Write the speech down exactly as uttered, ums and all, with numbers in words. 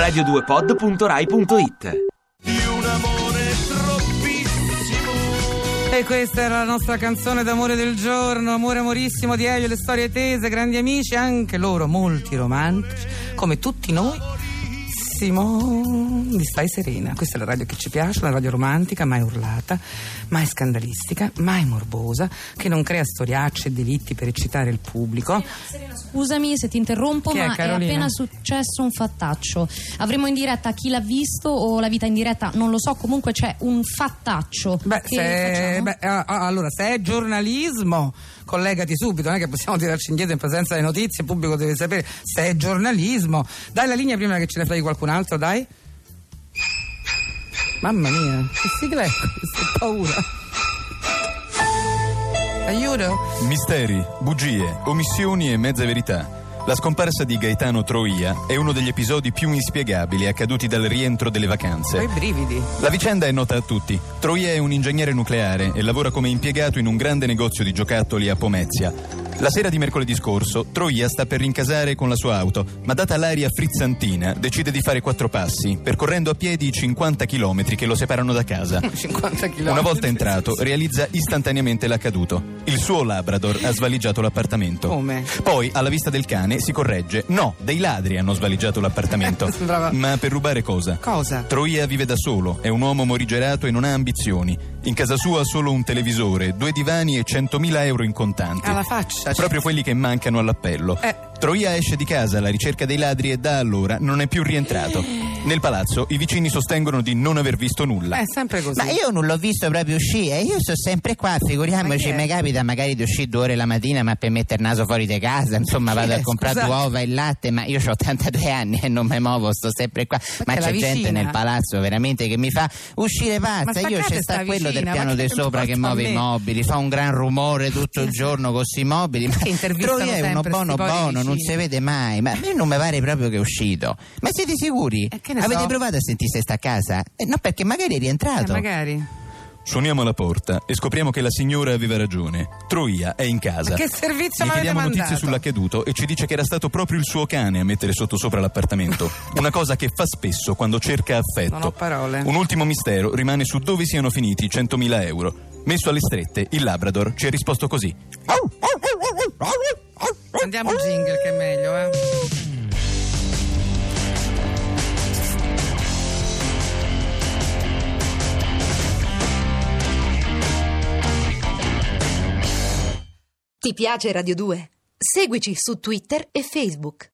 radio due pod punto rai punto it. E questa era la nostra canzone d'amore del giorno, Amore amorissimo di Elio, le storie tese, grandi amici, anche loro molti romantici, come tutti noi. Di Stai Serena, questa è la radio che ci piace, la radio romantica, mai urlata, mai scandalistica, mai morbosa, che non crea storiacce e delitti per eccitare il pubblico. Serena, Serena, scusami se ti interrompo, Chi è, ma è, Carolina? appena successo un fattaccio. Avremo in diretta Chi l'ha visto o la vita in diretta, non lo so, comunque c'è un fattaccio. Beh, che se, beh ah, allora, se è giornalismo, collegati subito, non è che possiamo tirarci indietro in presenza delle notizie, il pubblico deve sapere se è giornalismo. Dai la linea prima che ce ne fai qualcun altro, dai. Mamma mia, che sigla è questa? Che paura. Aiuto. Misteri, bugie, omissioni e mezze verità. La scomparsa di Gaetano Troia è uno degli episodi più inspiegabili accaduti dal rientro delle vacanze. Ho i brividi. La vicenda è nota a tutti. Troia è un ingegnere nucleare e lavora come impiegato in un grande negozio di giocattoli a Pomezia. La sera di mercoledì scorso, Troia sta per rincasare con la sua auto, ma data l'aria frizzantina, decide di fare quattro passi, percorrendo a piedi i cinquanta chilometri che lo separano da casa. cinquanta chilometri. Una volta entrato, realizza istantaneamente l'accaduto. Il suo Labrador ha svaligiato l'appartamento. Come? Poi, alla vista del cane, si corregge. No, dei ladri hanno svaligiato l'appartamento. Sembrava- Ma per rubare cosa? Cosa? Troia vive da solo, è un uomo morigerato e non ha ambizioni. In casa sua ha solo un televisore, due divani e centomila euro in contanti. Alla faccia. Proprio quelli che mancano all'appello. Eh. Troia esce di casa alla ricerca dei ladri e da allora non è più rientrato. Nel palazzo i vicini sostengono di non aver visto nulla. È sempre così. Ma io non l'ho visto proprio uscire, io sto sempre qua, Ma figuriamoci, chi è? mi capita magari di uscire due ore la mattina ma per mettere il naso fuori di casa, insomma Chi vado è? a comprare Scusate. uova e latte, ma io ho ottantadue anni e non mi muovo, sto sempre qua, ma è la c'è vicina? gente nel palazzo veramente che mi fa uscire Ma pazza, io staccate c'è sta sta quello vicina, del piano ma di che sopra che importa a muove i me? mobili, fa un gran rumore tutto il giorno con questi mobili, ma Che intervistano Troia è uno sempre buono sti poveri buono, non vicini. si vede mai, ma a me non mi pare proprio che è uscito. Ma siete sicuri? Eh, che ne Avete so? provato a sentire se sta a casa? Eh, no, perché magari è Eh, rientrato. magari. Suoniamo alla porta e scopriamo che la signora aveva ragione. Troia è in casa. Ma che servizio Gli mi avete chiediamo notizie mandato? sull'accaduto e ci dice che era stato proprio il suo cane a mettere sotto sopra l'appartamento. Una cosa che fa spesso quando cerca affetto. Non ho parole. Un ultimo mistero rimane su dove siano finiti i centomila euro. Messo alle strette, il Labrador ci ha risposto così. Andiamo il jingle che è meglio, eh. Ti piace Radio due? Seguici su Twitter e Facebook.